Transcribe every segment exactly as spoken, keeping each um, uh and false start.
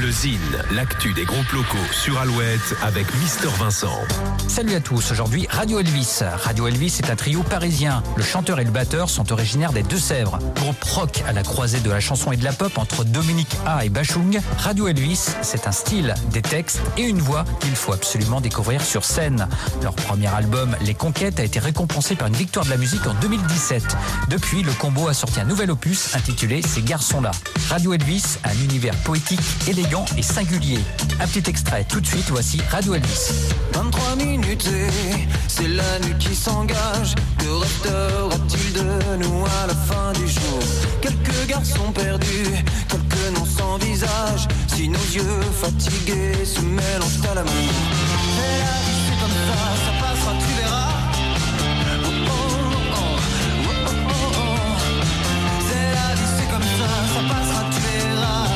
Le Zine, l'actu des groupes locaux sur Alouette avec Mister Vincent. Salut à tous, aujourd'hui Radio Elvis. Radio Elvis est un trio parisien. Le chanteur et le batteur sont originaires des Deux-Sèvres. Groupe rock à la croisée de la chanson et de la pop entre Dominique A et Bachung. Radio Elvis, c'est un style, des textes et une voix qu'il faut absolument découvrir sur scène. Leur premier album, Les Conquêtes, a été récompensé par une victoire de la musique en deux mille dix-sept. Depuis, le combo a sorti un nouvel opus intitulé Ces garçons-là. Radio Elvis, un univers poétique, élégant et singulier. Un petit extrait tout de suite, voici Radio Elvis. vingt-trois minutes et c'est la nuit qui s'engage. Que restera-t-il de nous à la fin du jour? Quelques garçons perdus, quelques noms sans visage. Si nos yeux fatigués se mélangent à l'amour. Et la vie c'est comme ça, ça passera, tu verras. Oh, oh, oh, oh, oh, oh, oh. C'est la vie c'est comme ça, ça passera, tu verras.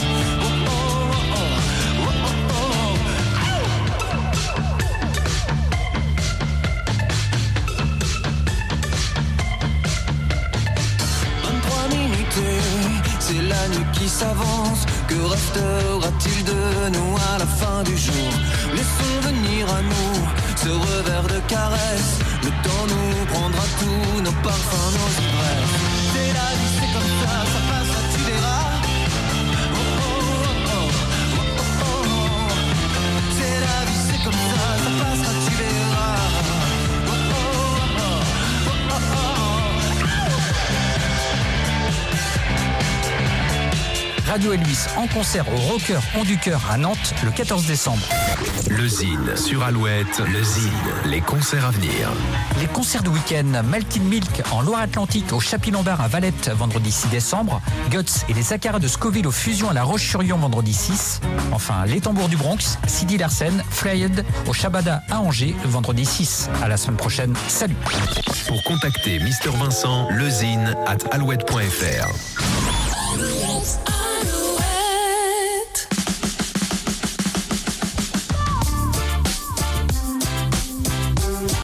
C'est la nuit qui s'avance. Que restera-t-il de nous à la fin du jour? Laissons venir à nous ce revers de caresse. Le temps nous prendra tous nos parfums, nos ivresses. C'est la vie, c'est comme ça, ça passera, tu verras. Oh, oh, oh, oh, oh, oh, oh. C'est la vie, c'est comme ça, ça passera, tu verras. Oh, oh, oh, oh, oh, oh. Radio Elvis en concert au Rocker Ont du Cœur à Nantes le quatorze décembre. Le Zine sur Alouette, le Zine, les concerts à venir. Les concerts de week-end, Maltin Milk en Loire-Atlantique au Chapi-Lombard à Valette vendredi six décembre, Guts et les Acaras de Scoville au Fusion à La Roche-sur-Yon vendredi six. Enfin, les Tambours du Bronx, Sidi Larsen, Flayed au Shabada à Angers vendredi six. À la semaine prochaine, salut. Pour contacter Mister Vincent, lezine at alouette point fr.